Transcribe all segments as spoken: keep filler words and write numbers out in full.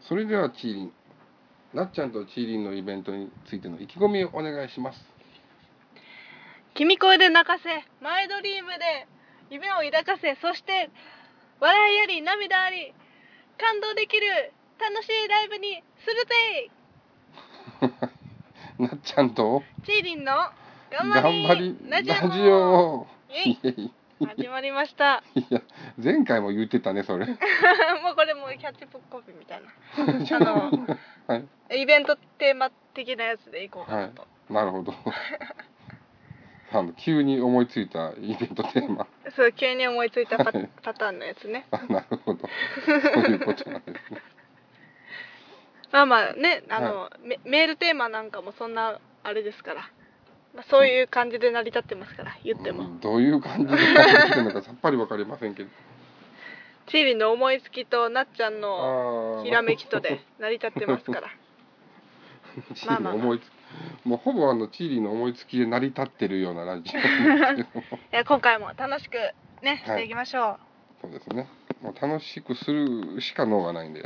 それではチーリン、なっちゃんとチーリンのイベントについての意気込みをお願いします。 君声で泣かせ、マイドリームで夢を抱かせ、そして笑いあり涙あり感動できる楽しいライブにするぜなっちゃんとチーリンの頑頑張張りりラジラジオオイエイ始まりましたいや前回も言ってたねそれもうこれもうキャッチコピーみたいなあの、 はい、 イベントテーマ的なやつでいこうかなと、 はい、なるほどあの急に思いついたイベントテーマそう急に思いついたパ、 はい、 パターンのやつね。 あ、なるほどそういうことなんですねまあまあねあの、はい、メ, メールテーマなんかもそんなあれですから、まあ、そういう感じで成り立ってますから言っても、うん、 どういう感じで成り立ってるのかさっぱり分かりませんけどチーリンの思いつきとなっちゃんのひらめきとで成り立ってますからチーリンの思いつき、もうほぼあのチーリンの思いつきで成り立ってるようなラジオなんですけどもいや今回も楽しくね、はい、していきましょう。 そうですね、もう楽しくするしか能がないんで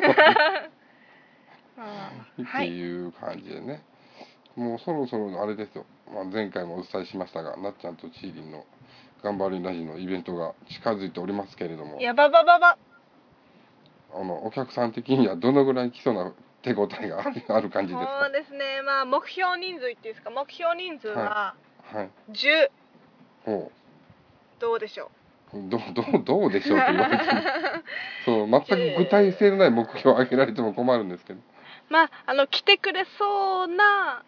っていう感じでね、もうそろそろあれですよ、まあ、前回もお伝えしましたが、なっちゃんとチーリンの頑張りラジのイベントが近づいておりますけれども、 やばばばばあのお客さん的にはどのぐらい来そうな手応えがある感じですか？ そうですね、まあ目標人数言っていいですか、目標人数はじゅう、 はいはい、 どうでしょうどどどうでしょうって言われてもそう全く具体性のない目標を挙げられても困るんですけど、 まああの来てくれそうな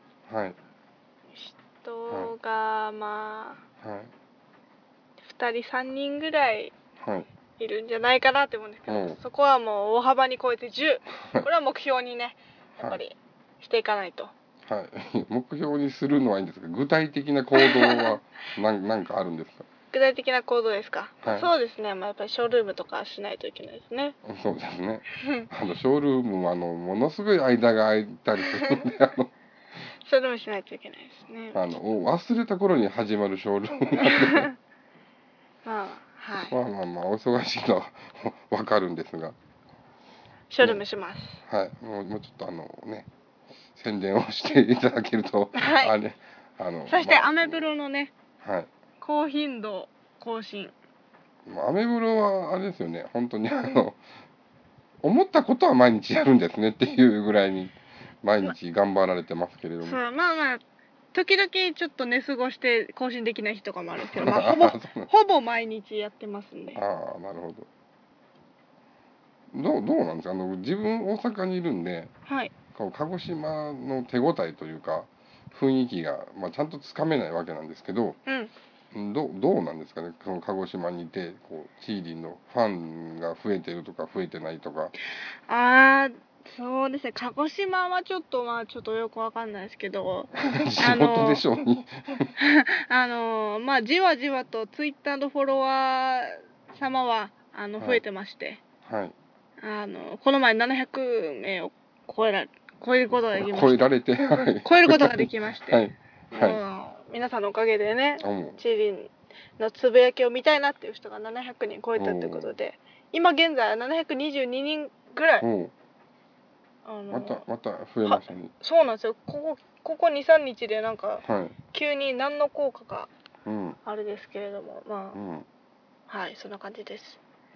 人が、はい、まあ、はい、ふたりさんにんぐらいいるんじゃないかなって思うんですけど、はい、そこはもう大幅に超えてじゅうこれは目標にねやっぱりしていかないと、 はい、目標にするのはいいんですが、具体的な行動は何なんかあるんですか？ 具体的な行動ですか？はい、そうですね、まあ、やっぱりショールームとかしないといけないですね。 そうですねあのショールームはあのものすごい間が空いたりするんであのショールームしないといけないですね。 あの忘れた頃に始まるショールームなんでまあはい、 まあまあまあお忙しいのは分かるんですが、 ショールームします、 ね、はい、もうもうちょっとあのね宣伝をしていただけると、はい、あれあのそして、まあ、アメブロのね、 はい、 高頻度更新、 アメブロはあれですよね、本当にあの思ったことは毎日やるんですねっていうぐらいに毎日頑張られてますけれども、 まあ、まあまあ時々ちょっと寝過ごして更新できない日とかもあるんですけど、まあ、ほぼほぼ毎日やってますんで。 ああなるほど。どうどうなんですか、あの自分大阪にいるんで、はい、こう鹿児島の手応えというか雰囲気が、まあ、ちゃんとつかめないわけなんですけど、うん、ど, どうなんですかね、その鹿児島にいてこうチーリンのファンが増えてるとか増えてないとか。 あーそうですね、鹿児島はちょっとまあちょっとよくわかんないですけど仕事でしょうにあのまあじわじわとツイッターのフォロワー様はあの増えてまして、はいはい、あのこの前ななひゃくめいを超えら超えることができました。 超えられて、はい、 超えることができまして、はいはい、 皆さんのおかげでね、チーリンのつぶやきを見たいなっていう人がななひゃくにん超えたということで、今現在はななひゃくにじゅうににんぐらい、 あのまたまた増えましたね。 そうなんですよ、ここここ にさんにちでなんか、はい、急に何の効果かあれですけれども、うん、まあ、うん、はいそんな感じです。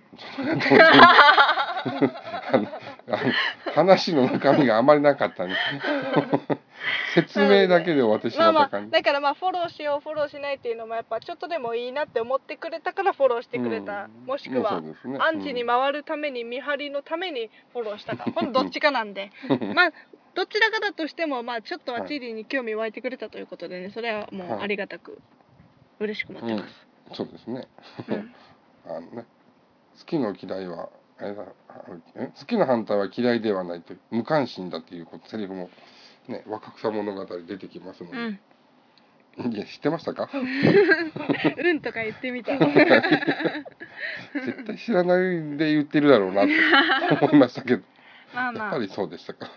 あのあの話の中身があまりなかったね説明だけで終わってしまった感じ、 まあまあ、だからまあフォローしようフォローしないっていうのもやっぱちょっとでもいいなって思ってくれたからフォローしてくれた、うん、もしくは、ね、アンチに回るために見張りのためにフォローしたか、このどっちかなんでまあどちらかだとしてもまあちょっとはチーリーに興味湧いてくれたということでね、それはもうありがたく嬉しく思ってます、 うん、そうですね、うん、あのね好きの嫌いはあれだえ好きの反対は嫌いではないという無関心だっていうセリフもね若草物語出てきますので、うん、いや知ってましたかうんとか言ってみた絶対知らないで言ってるだろうなと思いましたけどまあ、まあ、やっぱりそうでしたか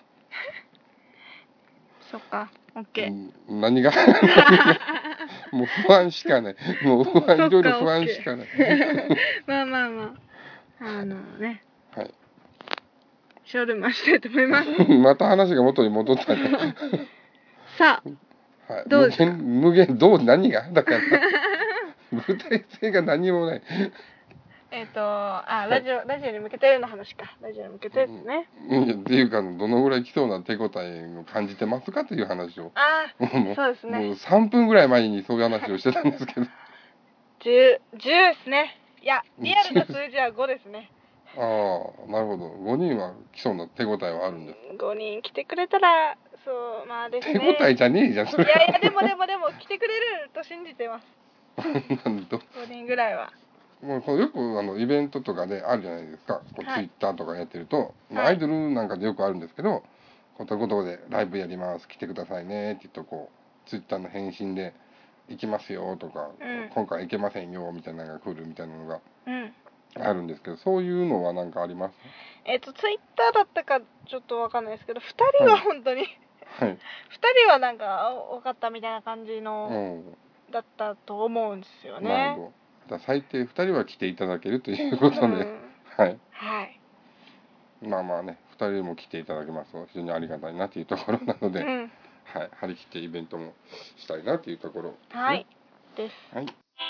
そっか OK、 うん、何がもう不安しかないもう不安いろいろ不安しかないまあまあまああのね、はい、 ショールームはしたいと思いますまた話が元に戻ったねさあ、はい、どうですか？ 無限無限どう何がだから具体性が何もないえっとあラジオラジオに向けての話かラジオに向けてですね、 うん、っていうかどのぐらい来そうな手応えを感じてますかという話をあそうですねもうさんぷんぐらい前にそういう話をしてたんですけどじゅう、じゅうですね。いやリアルな数字はごですねああなるほどごにんは来そうな手応えはあるんですごにん来てくれたらそうまあですね手応えじゃねえじゃんそれいやいやでもでもでも来てくれると信じてますごにんぐらいはもうこうよくあのイベントとかであるじゃないですかこう、はい、ツイッターとかやってると、はい、アイドルなんかでよくあるんですけどこういうことでライブやります来てくださいねって言うとこうツイッターの返信で行きますよとか、うん、今回行けませんよみたいなのが来るみたいなのがあるんですけど、そういうのは何かあります？ えっとツイッターだったかちょっと分かんないですけどふたりは本当に、はい、ふたりはなんか分かったみたいな感じの、うん、だったと思うんですよね。 なるほど。だ最低ふたりは来ていただけるということで、うん、はい、 はい、 まあまあねふたりも来ていただけますと非常にありがたいなというところなので、うん、はい、張り切ってイベントもしたいなというところですね。 はいです。 はい。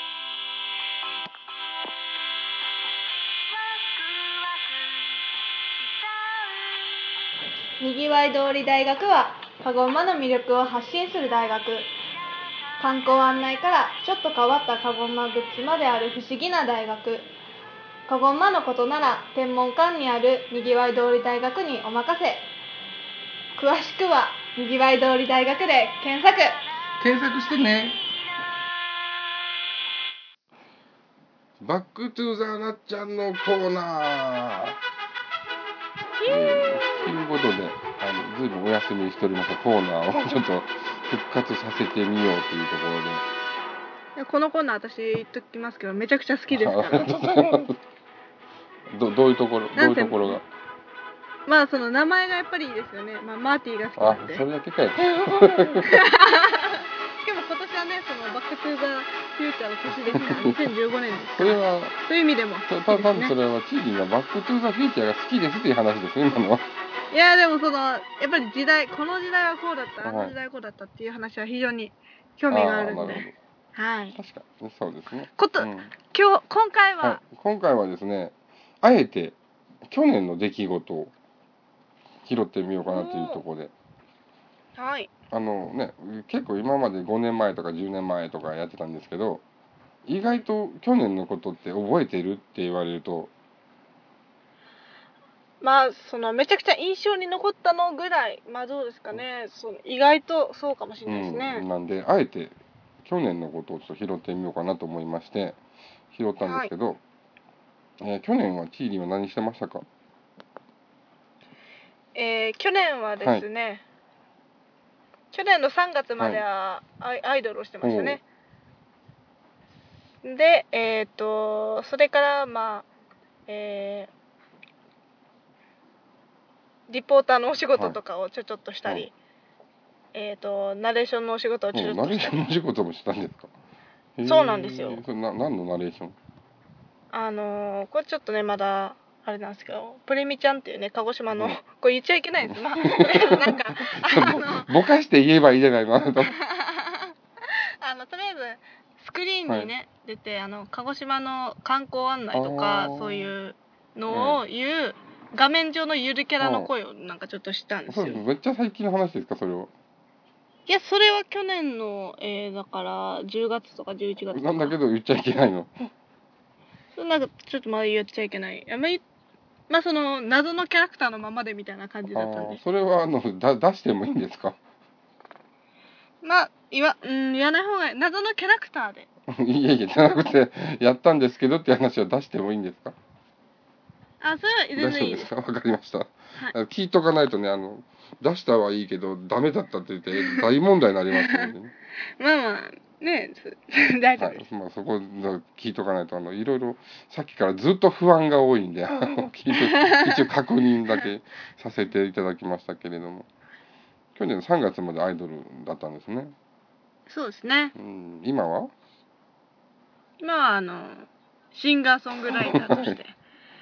にぎわい通り大学はカゴ馬の魅力を発信する大学。観光案内からちょっと変わったカゴ馬グッズまである不思議な大学。カゴ馬のことなら天文館にあるにぎわい通り大学にお任せ。詳しくはにぎわい通り大学で検索検索してね。バックトゥーザなっちゃんのコーナーということであのずいぶんお休みしておりましたコーナーをちょっと復活させてみようというところでこのコーナー私言っときますけどめちゃくちゃ好きですからど, どういうところどういうところがまあその名前がやっぱりいいですよね、まあ、マーティーが好きなんであそれだけかよしかも今年はねそのバックトゥーザフューチャーの年ですからにせんじゅうごねんですそれはそういう意味でも好きです、ね、 多分それはチーリーがバックトゥーザフューチャーが好きですっていう話ですね今のは。 いやでもそのやっぱり時代この時代はこうだったあの時代はこうだったっていう話は非常に興味があるんで、はい、 確かにそうですねこと、うん、今日今回は、 はい、今回はですねあえて去年の出来事を拾ってみようかなというところで、 はい、 あのね結構今までごねんまえとかじゅうねんまえとかやってたんですけど意外と去年のことって覚えてるって言われるとまあそのめちゃくちゃ印象に残ったのぐらいまあどうですかねその意外とそうかもしれないですね、 うん、なんであえて去年のことをちょっと拾ってみようかなと思いまして拾ったんですけど、はいえー、去年はチーリーは何してましたか？ えー、去年はですね、はい、去年のさんがつまではアイ、はい、アイドルをしてましたね。でえっ、ー、とそれからまあえー、リポーターのお仕事とかをちょちょっとしたり、はい、えっ、ー、とナレーションのお仕事をちょちょっとしたり。 ナレーションのお仕事もしたんですか？ そうなんですよ。 それな何のナレーション？ あのー、これちょっとねまだあれなんですけどプレミちゃんっていうね鹿児島の、うん、これ言っちゃいけないんですまあなんかあのぼかして言えばいいじゃないのあのとりあのとりあえずスクリーンにね、はい、出てあの鹿児島の観光案内とかそういうのを言う画面上のゆるキャラの声をなんかちょっとしたんですよ。 めっちゃ最近の話ですかそれは？ いやそれは去年の、えー、だからじゅうがつとかじゅういちがつとかなんだけど言っちゃいけないのそんなちょっとまだ言っちゃいけないあ、まあ、まあその謎のキャラクターのままでみたいな感じだったんでそれはあのだ出してもいいんですか？ まあ言わ、うん、言わない方がいい謎のキャラクターでいやいやじゃなくてやったんですけどって話は出してもいいんですか？ あそれは全然いいです。 わかりました、はい、聞いとかないとねあの出したはいいけどダメだったって言って大問題になりますので、ね、 まあまあね大丈夫です、 はいまあ、そこ聞いとかないとあのいろいろさっきからずっと不安が多いんで聞いと一応確認だけさせていただきましたけれども去年のさんがつまでアイドルだったんですね。 そうですね、 うん、今は今はあのシンガーソングライターとして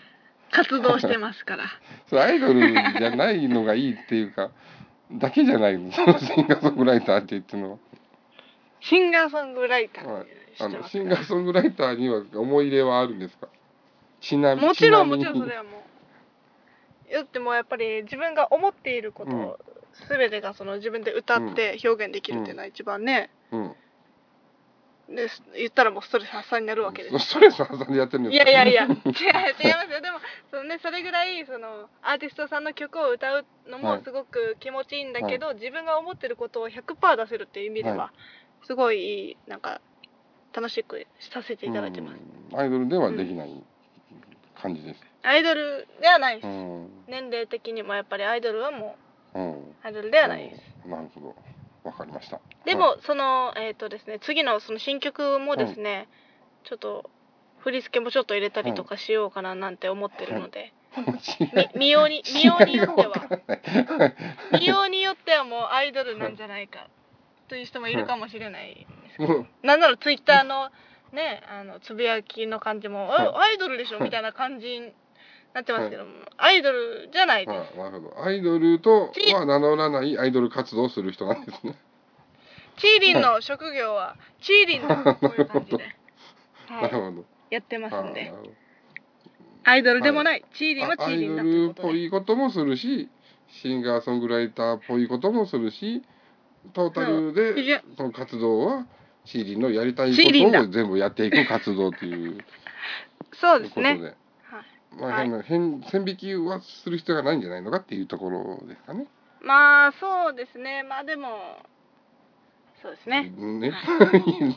活動してますからそれアイドルじゃないのがいいっていうかだけじゃないのそのシンガーソングライターって言ってるのはシンガーソングライター、はい、 あのシンガーソングライターには思い入れはあるんですか？ちなみもちろんもちろんそれはもうだってもうやっぱり自分が思っていることを、うん、全てがその自分で歌って表現できるっていうのは一番ね、うんうんで言ったらもうストレス発散になるわけです。 ストレス発散でやってるんですか？いやいやいや違う違いますよ。でもその、ね、それぐらいそのアーティストさんの曲を歌うのもすごく気持ちいいんだけど、はい、自分が思ってることを ひゃくパーセント 出せるっていう意味では、はい、すごいなんか楽しくさせていただいてます。 アイドルではできない感じです。 うん、アイドルではないです。年齢的にもやっぱりアイドルはもう、うん、アイドルではないです。 なるほど。わかりました。 でも、はい、そのえっ、ー、とですね次のその新曲もですね、はい、ちょっと振り付けもちょっと入れたりとかしようかななんて思ってるので、はい、見ように見ようによっては見ようによってはもうアイドルなんじゃないかという人もいるかもしれないですけど、はい、なんならツイッターのねあのつぶやきの感じも、はい、アイドルでしょみたいな感じになってますけども、はい、アイドルじゃないです。 なるほど。アイドルとは名乗らないアイドル活動をする人なんですね。 チーリンの職業はチーリンのこういう感じで、はい、なるほどやってますんで、アイドルでもない、はい、チーリンはチーリンだということで、 アイドルっぽいこともするし、シンガーソングライターっぽいこともするし、トータルでその活動はチーリンのやりたいことを全部やっていく活動というそうですね。 ことで、まあ変な、はい、変線引きはする必要がないんじゃないのかっていうところですかね。 まあそうですね。まあでもそうですね。ね、 はい、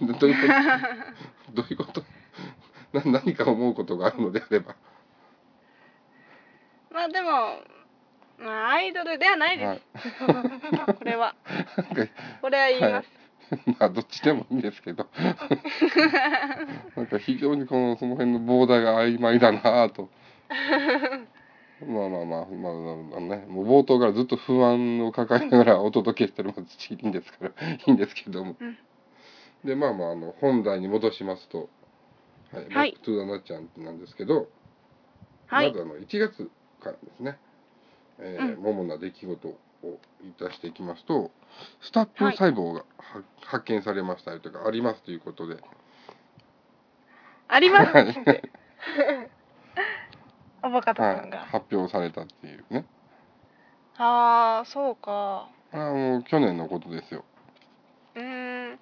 どういうことどういうことな何か思うことがあるのであれば。 まあでも、まあ、アイドルではないです。はい、これは。これは言います。 はい、まあどっちでもいいんですけど。なんか非常にこのその辺のボーダーが曖昧だなぁと。まあまあまあ、まあ、あのね、もう冒頭からずっと不安を抱えながらお届けしてるまずいいんですからいいんですけども、うん、でまあまああの本題に戻しますと、はい、バックトゥーザナッチャンなんですけど、はい、まずあのいちがつからですね、えーうん、主な出来事をいたしていきますと、スタップ細胞が、はい、発見されましたりとかありますということで、 ありますアボカドさんが、 はい、発表されたっていうね。 ああそうか。 あもう去年のことですよ。 うーん。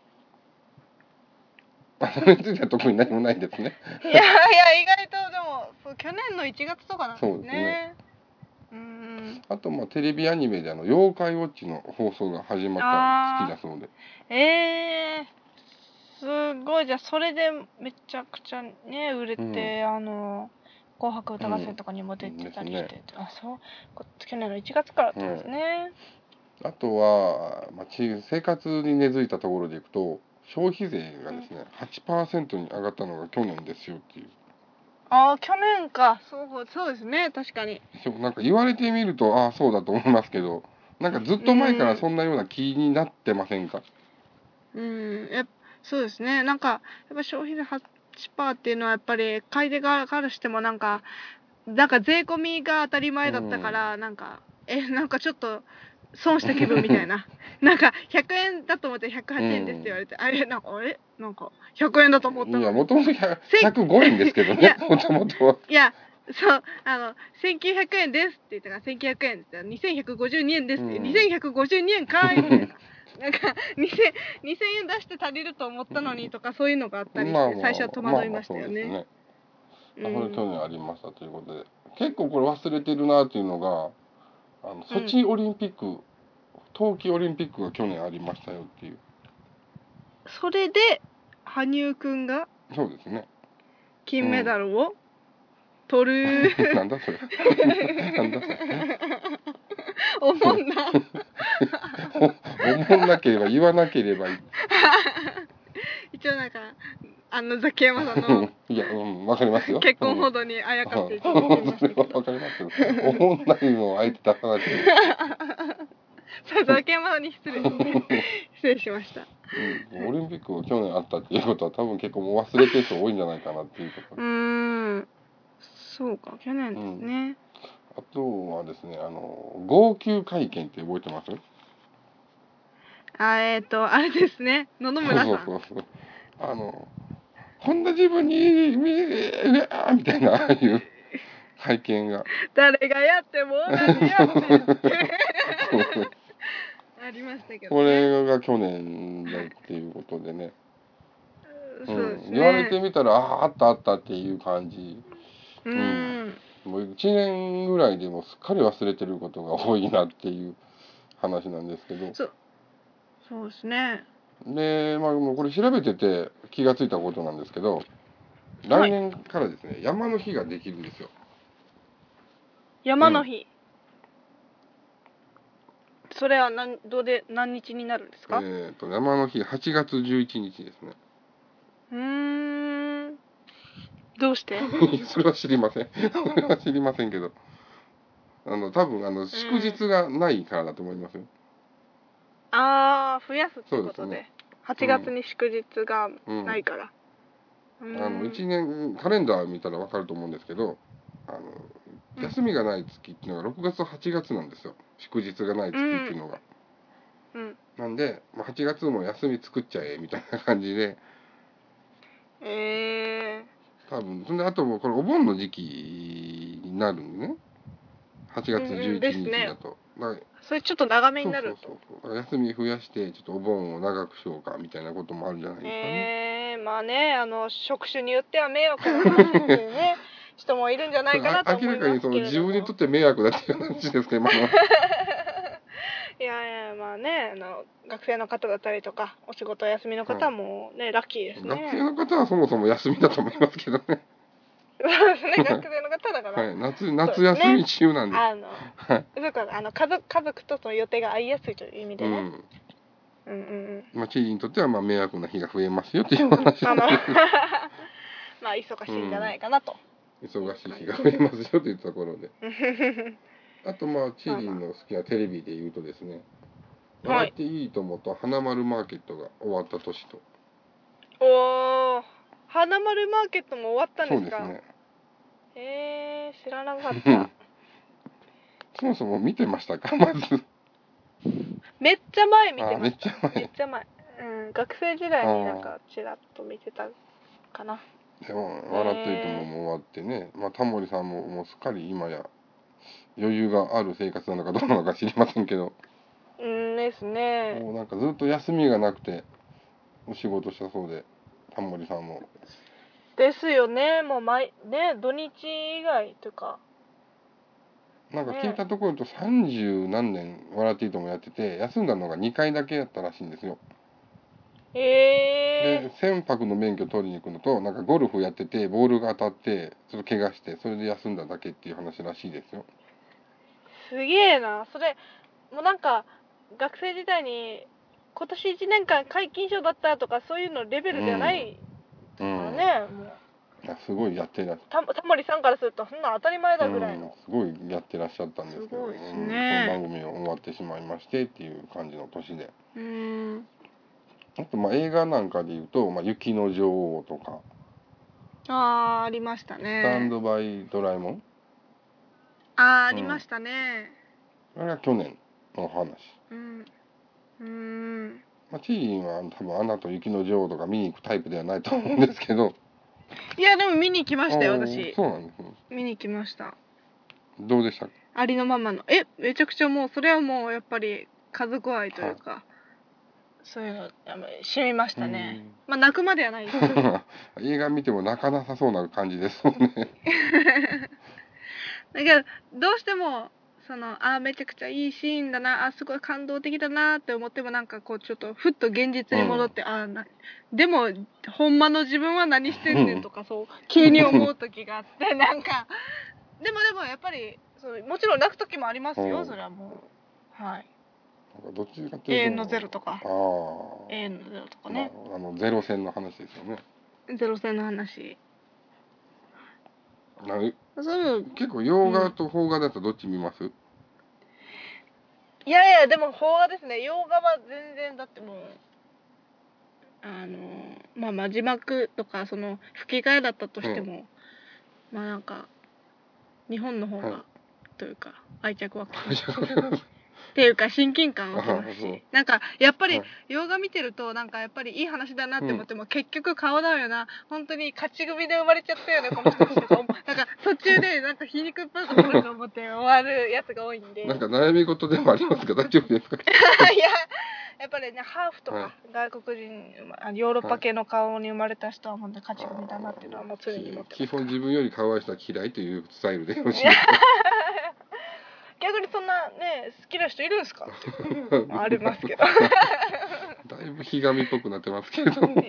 それについては特に何もないですね。 いやいや意外とでもそう去年のいちがつとかなんですね。そうですね。 うーん。あとまあテレビアニメであの妖怪ウォッチの放送が始まった月だそうで。 ええー、すごい。じゃあそれでめちゃくちゃね売れて、うん、あの紅白歌合戦とかにも出てたりして、うんね、あそう去年のいちがつからだったんですね。 うん、あとは、まあ、生活に根付いたところでいくと消費税がですね、うん、はちパーセント に上がったのが去年ですよっていう。 ああ去年か。そうそうですね確かに。 そうなんか言われてみるとああそうだと思いますけど、なんかずっと前からそんなような気になってませんか？ うん、うんやそうですね。なんかやっぱ消費税はちパーセントっていうのはやっぱり買い手側からしてもなんかなんか税込みが当たり前だったから、うん、なんかえなんかちょっと損した気分みたいななんかひゃくえんだと思ってひゃくはちえんですって言われて、うん、あれなんかあれなんかひゃくえんだと思ったのに。 いやもともとひゃくごえんですけどねもともとは。 いやそうあのせんきゅうひゃくえんですって言ったからせんきゅうひゃくえんって言ったらにせんひゃくごじゅうにえんですって、うん、にせんひゃくごじゅうにえんかいみたいな。なんかにせんえん出して足りると思ったのにとかそういうのがあったりして、まあまあ、最初は戸惑いましたよね。まあまあそうですね。 これ去年ありましたということで、結構これ忘れてるなというのがあのソチオリンピック、うん、冬季オリンピックが去年ありましたよっていう。 それで羽生くんがそうですね金メダルを取る、 うん、なんだそれなんだそれおもんなおもんなければ言わなければいい一応なんかあのザキヤマさんのいやうんわかりますよ結婚報道にあやかっていただきましたけどわかりますよおもんないのをあえて出さなくてさあザキヤマに失礼失礼しました、 うん、オリンピックが去年あったっていうことは多分結構もう忘れてる人多いんじゃないかなっていうところ。 うーんそうか、去年ですね。 うん、あとはですね、あの号泣会見って覚えてます？ あ、えっ、ー、とあれですね、野々村さん。そうそうそう、 あのこんな自分にみみたいなああいう会見が誰がやっても同じやってありましたけどね。 これが去年だっていうことでね、 はい、うん、そうですね。 言われてみたらあああったあったっていう感じ。 うん、 うん、もういちねんぐらいでもすっかり忘れてることが多いなっていう話なんですけど。 そう、そうですね。 で、まあ、もうこれ調べてて気がついたことなんですけど、来年からですね、はい、山の日ができるんですよ。 山の日、うん、それは何どれ何日になるんですか？ えっと山の日はちがつじゅういちにちですね。 うーん、どうしてそれは知りません。それは知りませんけど、あの多分あの祝日がないからだと思いますよ。 ああ、増やすってことで、ね、はちがつに祝日がないから、 うんうん、あのいちねんカレンダー見たら分かると思うんですけど、あの休みがない月っていうのがろくがつはちがつなんですよ。祝日がない月っていうのが、うん、なんではちがつも休み作っちゃえみたいな感じで、 えー、多分そんであともこれお盆の時期になるんでね、はちがつじゅういちにちだと、うんうん、ね、 それちょっと長めになると、 そうそうそう、休み増やしてちょっとお盆を長くしようかみたいなこともあるんじゃないですかね。 えー、まあね、あの職種によっては迷惑な話っていうね人もいるんじゃないかなと思いますけれども、明らかにその自分にとって迷惑だっていう話ですけど、今のいやいや、まあね、あの学生の方だったりとかお仕事休みの方もね、はい、ラッキーですね。 学生の方はそもそも休みだと思いますけどね。 そうですね、学生の方だから、 はい、夏夏休み中なんで、 あの、はい、そうか、あの家族家族とその予定が合いやすいという意味でね。うん、うんうんうん。 まあ知事にとってはまあ迷惑な日が増えますよっていう話です。 まあまあまあ忙しいんじゃないかなと。 うん、忙しい日が増えますよというところで。あとまあチリの好きなテレビで言うとですね、まあまあ、笑っていいともと花丸マーケットが終わった年と。 おー、花丸マーケットも終わったんですか？ そうですね。 えー、知らなかった。 そもそも見てましたか、まず。 めっちゃ前見てました。 めっちゃ前。 めっちゃ前。うん、学生時代になんかちらっと見てたかな。 でも笑っていいともも終わってね、まあタモリさんももうすっかり今や余裕がある生活なのかどうなのか知りませんけど。 うんですね。 もうなんかずっと休みがなくてお仕事したそうで、タモリさんも。 ですよね、もう毎ね土日以外とか。 なんか聞いたところと三十何年笑っていいともやってて、休んだのがにかいだけやったらしいんですよ。 へえー。 で船舶の免許取りに行くのと、なんかゴルフやっててボールが当たってちょっと怪我してそれで休んだだけっていう話らしいですよ。 すげえな。それもうなんか学生時代に今年いちねんかん皆勤賞だったとかそういうのレベルじゃないですからね、うんうん、もういやすごいやってらっしゃたタモリさんからするとそんな当たり前だぐらいの、うん、 すごいやってらっしゃったんですけど、すごいですね、うん、その番組が終わってしまいましてっていう感じの年で、うん、あとまあ映画なんかでいうと「まあ、雪の女王」とか、 あーありましたね。 スタンドバイドラえもん、 あーありましたね、 うん、あれが去年の話。 うんうん、 まあ、チーリンは多分「アナと雪の女王」とか見に行くタイプではないと思うんですけどいやでも見に行きましたよ私。 そうなんですね。 見に行きました。 どうでした？ ありのままのえめちゃくちゃもうそれはもうやっぱり家族愛というか、はい、そういうの染みましたね。まあ泣くまではないです映画見ても泣かなさそうな感じですもんねだけどどうしてもそのあめちゃくちゃいいシーンだな、あすごい感動的だなって思ってもなんかこうちょっとふっと現実に戻って、うん、あなでもほんまの自分は何してんねんとか、うん、そう急に思う時があってなんかでもでもやっぱりそうもちろん泣く時もありますよ、うん、それはもうはい。なんかどっちかっていうと永遠のゼロとか、あ永遠のゼロとかね、 まあ、あのゼロ戦の話ですよね。 ゼロ戦の話。 そう結構洋画と邦画だとどっち見ます？うん、 いやいやでも邦画ですね。洋画は全然だってもうあのまあまあ字幕とかその吹き替えだったとしても、うん、まあなんか日本の方が、はい、というか愛着湧くっていうか親近感湧きますし、なんかやっぱり洋画見てるとなんかやっぱりいい話だなって思っても、うん、結局顔だよな、本当に勝ち組で生まれちゃったよねこの人たちとかなんか途中でなんか皮肉っぽいことすると思って終わるやつが多いんで、 なんか悩み事でもありますか大丈夫ですかいややっぱりねハーフとか、はい、外国人ヨーロッパ系の顔に生まれた人は本当に勝ち組だなっていうのはもう常に思ってます。 基本自分より可愛い人は嫌いというスタイルでよろしいですか逆にそんなね好きな人いるんですかありますけどだいぶひがみっぽくなってますけどい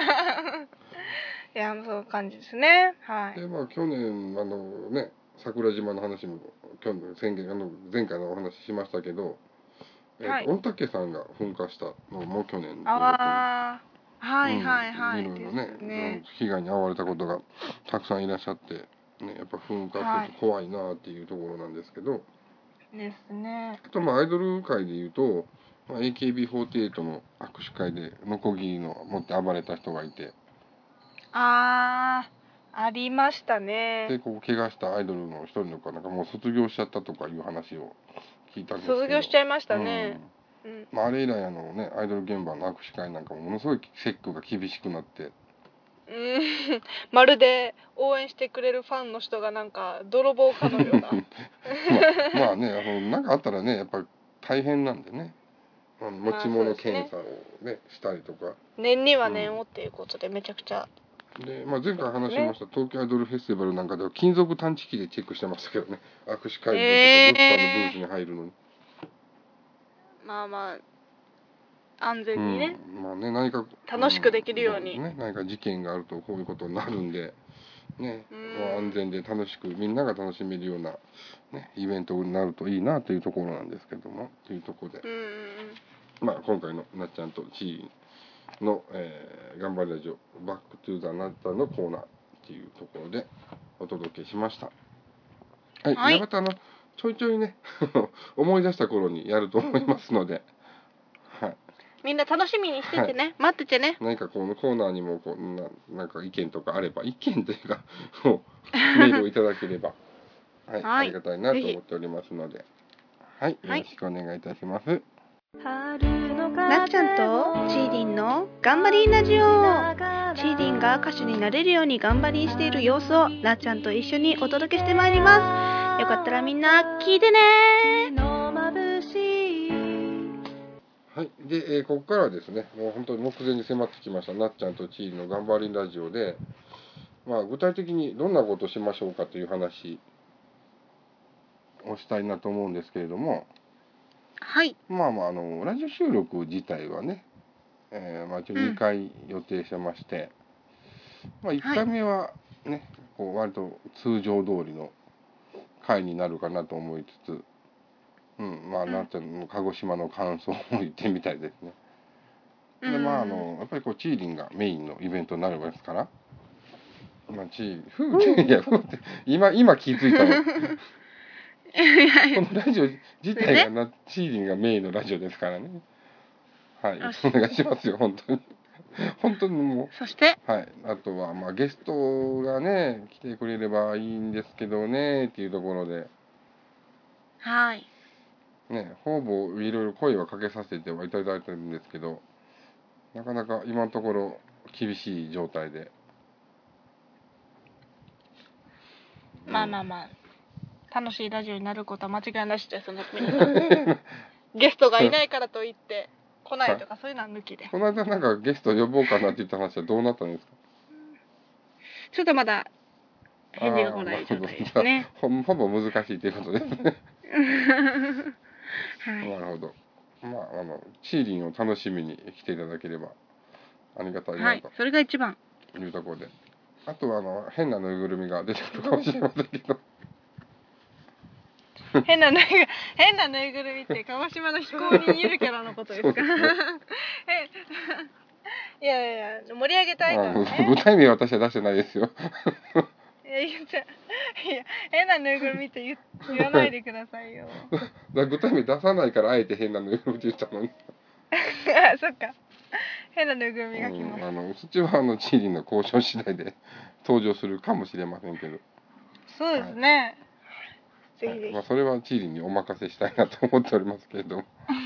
やそういう感じですね。はい。 でまあ去年あのね桜島の話も去年宣言あの前回のお話ししましたけど、はい、御嶽山が噴火したのも去年ああはいはいはい、 いろいろね、ね被害に遭われたことがたくさんいらっしゃって、ね、やっぱ噴火すると怖いなっていうところなんですけど、はいですね。 あとまあアイドル界でいうと、まあ、エーケービーフォーティーエイト の握手会でノコギリの持って暴れた人がいて、 あーありましたね。 でこう怪我したアイドルの一人の子なんかもう卒業しちゃったとかいう話を聞いたんですけど、 卒業しちゃいましたね、 うんうんまあ、あれ以来あのねアイドル現場の握手会なんかもものすごいチェックが厳しくなってうんまるで応援してくれるファンの人がなんか泥棒かのようなまあ、まあねあのなんかあったらねやっぱり大変なんでねあの持ち物検査をね、ねしたりとか念には念をっていうことでめちゃくちゃ、 うんでまあ、前回話しました、ね、東京アイドルフェスティバルなんかでは金属探知機でチェックしてましたけどね握手会場とか、えー、物販のブースに入るのにまあまあ安全にね、 うん、まあね何か楽しくできるように、 うんね、何か事件があるとこういうことになるんでね、まあ、安全で楽しくみんなが楽しめるような、ね、イベントになるといいなというところなんですけどもというところで、まあ、今回のなっちゃんとちーの、えー、頑張りラジオバックトゥーザなっちゃんのコーナーっていうところでお届けしました。はい、はい、またあのちょいちょいね思い出した頃にやると思いますので、はい、みんな楽しみにしててね、はい、待っててね。 何かこのコーナーにもこう な, なんか意見とかあれば意見というかメールをいただければ、はい、はい、ありがたいなと思っておりますので、はい、よろしくお願いいたします。 なっちゃんとちーりんの頑張りーラジオ。ちーりんが歌手になれるように頑張りしている様子をなっちゃんと一緒にお届けしてまいります。よかったらみんな聞いてね。 はい、で、えー、ここからはですね、もう本当に目前に迫ってきましたなっちゃんとちーりんの頑張りラジオで、まあ、具体的にどんなことをしましょうかという話をしたいなと思うんですけれども、 はい、 まあまああのラジオ収録自体はね、えー、まあ一応にかい予定してまして、うん、まあいっかいめはね、はい、こう割と通常通りの回になるかなと思いつつ、うん、まあなっちゃんの鹿児島の感想を言ってみたいですね。でまああのやっぱりこうチーリンがメインのイベントになるわけですから、まあチーふうっていやふうって今今気づいたの。このラジオ自体がなチーリンがメインのラジオですからね。はい、お願いしますよ本当に。本当にもう。 そして。 はい、あとはまあゲストがね来てくれればいいんですけどねっていうところで。 はい。 ね、ほぼいろいろ声はかけさせてはいただいてるんですけど、なかなか今のところ厳しい状態で。 うん、まあまあまあ。楽しいラジオになることは間違いなしですね、皆さん。ゲストがいないからといって来ないとか、はい、そういうのは抜きで。 この間なんかゲスト呼ぼうかなって言った話はどうなったんですか？ ちょっとまだ返事が来ない状態ですね。 ほ, ほぼ難しいということですね。はい、なるほど。まああのチーリンを楽しみに来ていただければありがたいなと、はい、 それが一番いうところで、あとはあの変なぬいぐるみが出てくるかもしれませんけど。 変なぬい変なぬいぐるみって鹿児島の非公認ゆるキャラのことですか？ですね、いやいや盛り上げたいからね。 具体名は私は出してないですよ。 いや言っちゃいや変なぬいぐるみって言言わないでくださいよ。 だ具体名出さないからあえて変なぬいぐるみって言ったのに。 あ、そっか。変なぬいぐるみが来ます。 うん、あのそっちはあのチーリンの交渉次第で登場するかもしれませんけど。 そうですね。 ぜひぜひ、はい、 まあ、それはチーリンにお任せしたいなと思っておりますけれども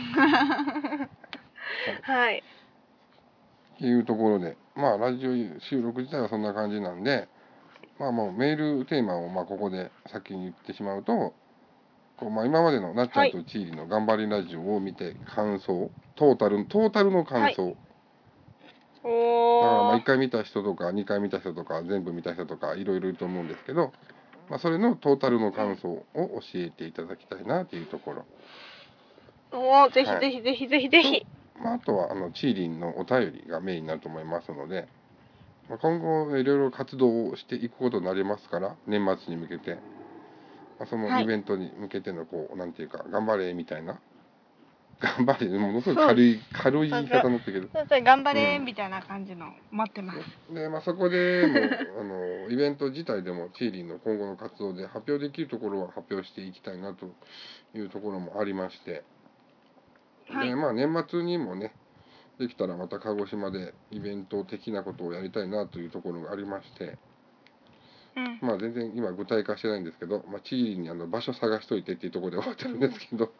はい。 っていうところで、まあラジオ収録自体はそんな感じなんで、まあもうメールテーマをまあここで先に言ってしまうと、こうまあ今までのなっちゃんとチーリンの頑張りラジオを見て感想、トータルトータルの感想。はい、 おだからまあいっかい見た人とかにかい見た人とか全部見た人とかいろいろいると思うんですけど、まあ、それのトータルの感想を教えていただきたいなというところ。 おお、ぜひぜひぜひぜひぜひ。 まあ、あとはあのチーリンのお便りがメインになると思いますので、まあ、今後いろいろ活動をしていくことになりますから、年末に向けて、まあ、そのイベントに向けてのこう、なんていうか頑張れみたいな、頑張れ、ものすごい軽い軽い言い方になってるけど、 そうそう、頑張れみたいな感じの待ってます。 で、まあ、そこでもうあのイベント自体でもチーリンの今後の活動で発表できるところは発表していきたいなというところもありまして、はい、でまあ年末にもねできたらまた鹿児島でイベント的なことをやりたいなというところがありまして、うん、まあ全然今具体化してないんですけど、まあ、チーリンにあの場所探しといてっていうところで終わってるんですけど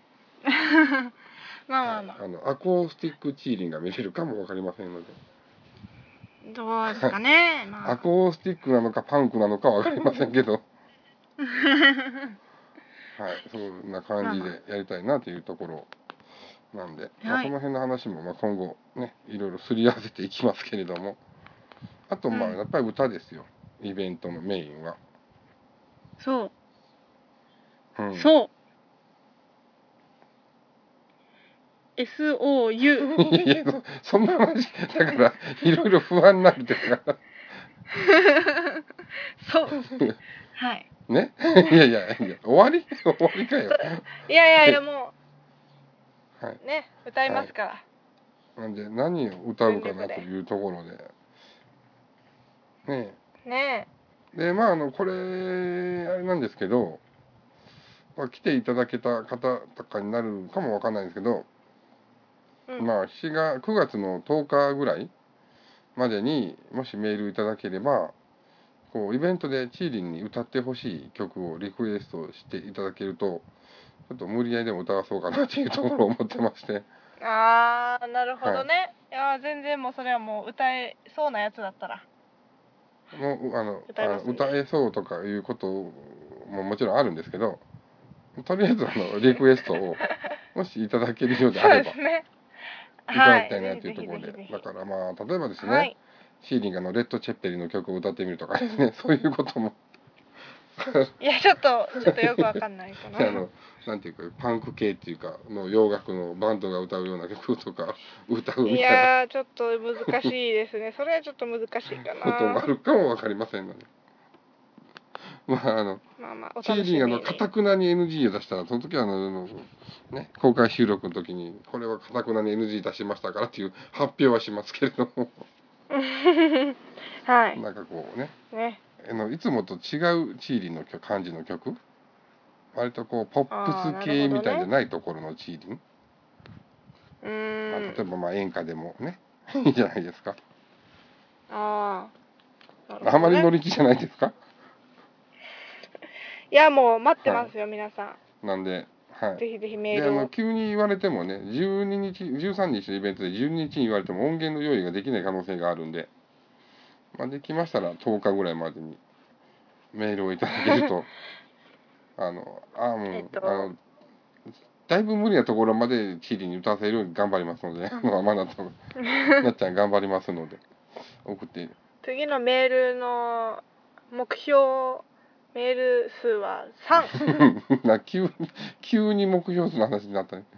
まあまあまあ、あのアコースティックチーリンが見れるかも分かりませんので、 どうですかね、 まあ、アコースティックなのかパンクなのか分かりませんけどはい、そんな感じでやりたいなというところなんで、まあ、まあ、その辺の話もまあ今後ねいろいろすり合わせていきますけれども、あとまあやっぱり歌ですよ、うん、イベントのメインは。 そう、うん、そう エスオーユーいや そ, そんな話だからいろいろ不安になるってからそうはいねいやいやいや終わり終わりかよいやいやいやもう、はい、ね歌いますから、はい、 なんで何を歌うかなというところでねえねえでまああのこれあれなんですけど、まあ、来ていただけた方とかになるかもわかんないんですけど、うん、まあしがくがつのとおかぐらいまでにもしメールいただければこうイベントでチーリンに歌ってほしい曲をリクエストしていただけるとちょっと無理やりでも歌わそうかなっていうところを思ってましてああなるほどね、はい、いや全然もうそれはもう歌えそうなやつだったらもうあの歌, あの歌えそうとかいうことももちろんあるんですけど、とりあえずあのリクエストをもしいただけるようであればいただきたいなというところで、だからまあ例えばですね、はい、シーリンがのレッド・チェッペリの曲を歌ってみるとかですねそういうこともいやちょっとちょっとよくわかんないかなあのなんていうかパンク系っていうかの洋楽のバンドが歌うような曲とか歌うみたいな、いやちょっと難しいですねそれはちょっと難しいかなことがあるかもわかりませんので、まああの、まあまあ、チーリンがのかたくなに エヌジー を出したらその時はあのね公開収録の時にこれはかたくなに エヌジー 出しましたからっていう発表はしますけれどもはいなんかこうねねあのいつもと違うチーリンの感じの曲、割とこうポップス系みたいじゃないところのチーリン、ね、うーん、まあ、例えばまあ演歌でもねいいじゃないですか。ああ、ね、あまり乗り気じゃないですか。 いやもう待ってますよ、はい、皆さん。 なんで、はい、 ぜひぜひメールを。 であの急に言われてもねじゅうににちじゅうさんにちのイベントでじゅうににちに言われても音源の用意ができない可能性があるんで、まあ、できましたらとおかぐらいまでにメールをいただけるとあのあもう、えっと、あのだいぶ無理なところまでチーリンに歌わせるように頑張りますので、まあまだとなっちゃん頑張りますので送って次のメールの目標メール数はさんな急に急に目標数の話になったね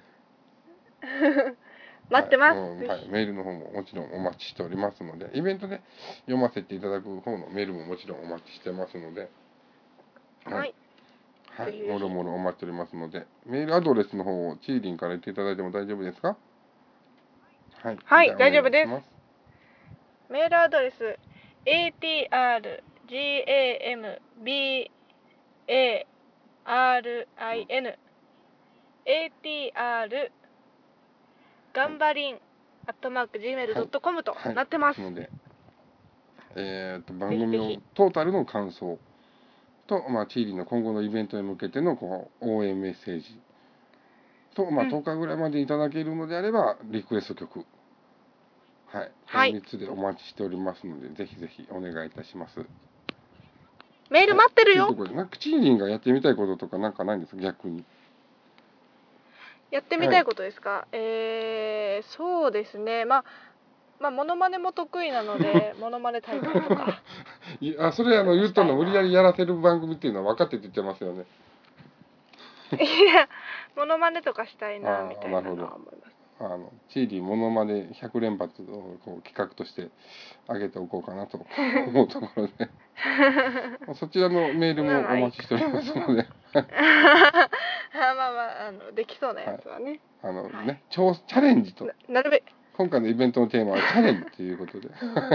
待ってます、 はい、はい、メールの方ももちろんお待ちしておりますので、イベントで読ませていただく方のメールももちろんお待ちしてますので、はい、はい、もろもろお待ちしておりますので、メールアドレスの方をチーリンから言っていただいても大丈夫ですか？ はい、はい、大丈夫です。メールアドレス エーティーアールジーエーエムビーエーアールアイエヌ エーティーアール ガンバリンアットマーク ジーメールドットコム となってます、はいはい、 ので、えー、と番組のトータルの感想と、まあ、チーリーの今後のイベントに向けてのこう応援メッセージと、まあ、とおかぐらいまでいただけるのであればリクエスト曲、はい、このみっつでお待ちしておりますので、はい、ぜひぜひお願いいたします。 メール待ってるよ。 はい、というところでなんかチーリーがやってみたいこととかなんかないんですか、逆に。 やってみたいことですか、はい、えー、そうですね、まあまあモノマネも得意なのでモノマネ大会とかいや、それあの言うとの無理やりやらせる番組っていうのは分かってて言ってますよね。 いや、モノマネとかしたいなみたいなのは思います。 あのチーリーモノマネひゃく連発をこう企画として上げておこうかなと思うところでそちらのメールもお待ちしておりますのでまあまあまあ、あのできそうなやつはね、 はい、あのね、はい、チャレンジと な, なるべ今回のイベントのテーマはチャレンジということで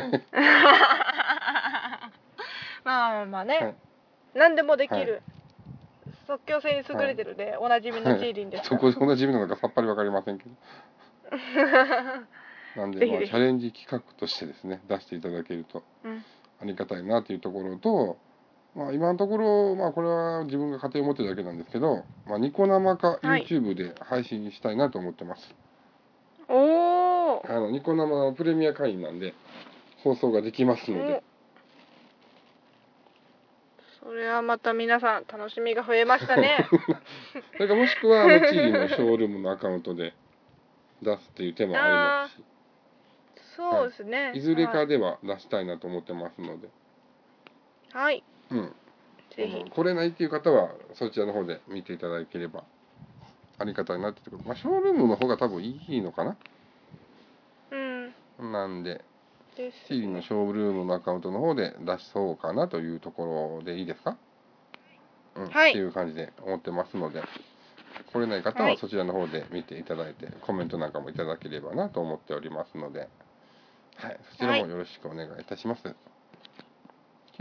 まあまあね、はい、何でもできる、はい、即興性に優れてるで、はい、おなじみのチーリンですから、 はい、そこおなじみなのかさっぱりわかりませんけどなんで、まあ、チャレンジ企画としてですね出していただけるとありがたいなというところと、まあ、今のところ、まあ、これは自分が家庭を持ってるだけなんですけど、まあ、ニコ生か YouTube で配信したいなと思ってます、 はい、おあのニコ生のプレミア会員なんで放送ができますので、 それはまた皆さん楽しみが増えましたねそれかもしくはあのチーリーのショールームのアカウントで出すっていう手もありますし、 そうですね、 はい、いずれかでは出したいなと思ってますので、 はい、 うん、ぜひ来れないっていう方はそちらの方で見ていただければありがたいなってところ、まあ、ショールームの方が多分いいのかな、うん、なんでチーリーのショールームのアカウントの方で出そうかなというところでいいですか、うん、はい、っていう感じで思ってますので、来れない方はそちらの方で見ていただいて、はい、コメントなんかもいただければなと思っておりますので、はい、そちらもよろしくお願いいたします。と、はい、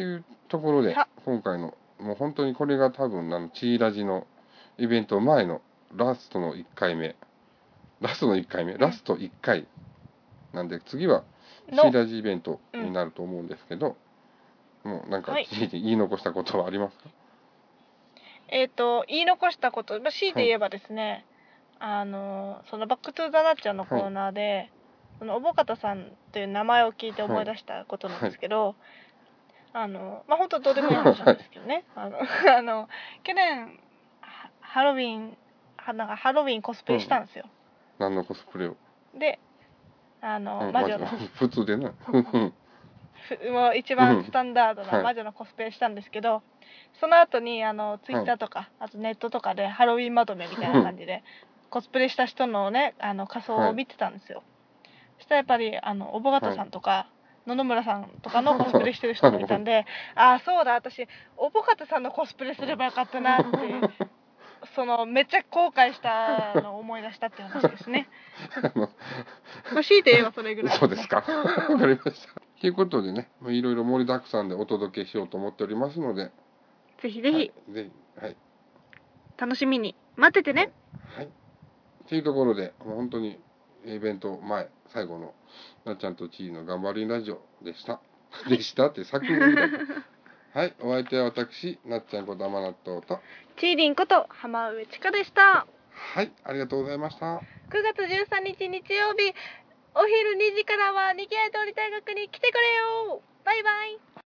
いうところで今回のもう本当にこれが多分あのチーラジのイベント前のラストのいっかいめラストのいっかいめ、うん、ラストいっかいなんで次はチーラジイベントになると思うんですけど、うん、もうなんか言い残したことはありますか？ えっと言い残したこと、強いて言えばですね、はい、あのそのバックトゥーザナッチャーのコーナーで、はい、そのおぼかたさんという名前を聞いて思い出したことなんですけど、はい、あのまあ本当どうでもいい話なんですけどね、はい、あのあの去年ハロウィンなんかハロウィンコスプレしたんですよ。 うん、何のコスプレを？ で、あの、うん、魔女の普通でねもう一番スタンダードな魔女のコスプレしたんですけど、はい、その後にあのツイッターとか、はい、あとネットとかでハロウィンまとめみたいな感じでコスプレした人のねあの仮装を見てたんですよ、はい、そしたらやっぱりあのおぼがたさんとか、はい、野々村さんとかのコスプレしてる人もいたんでああそうだ私おぼかたさんのコスプレすればよかったなってそのめっちゃ後悔したのを思い出したっていう話ですねまあ強いて言えばそれぐらい、ね、 そうですかわかりましたということでねいろいろ盛りだくさんでお届けしようと思っておりますのでぜひぜひ、はい、 ぜひ、はい、 楽しみに待っててね、 はい、はい、というところでもう本当にイベント前最後のなっちゃんとちーの頑張りラジオでしたでしたって作文みたいなはい、お相手は私なっちゃんこと甘納豆とちーりんこと浜上千佳でした。 はい、ありがとうございました。 くがつじゅうさんにち日曜日お昼にじからはにきあい通り大学に来てくれよ。バイバイ。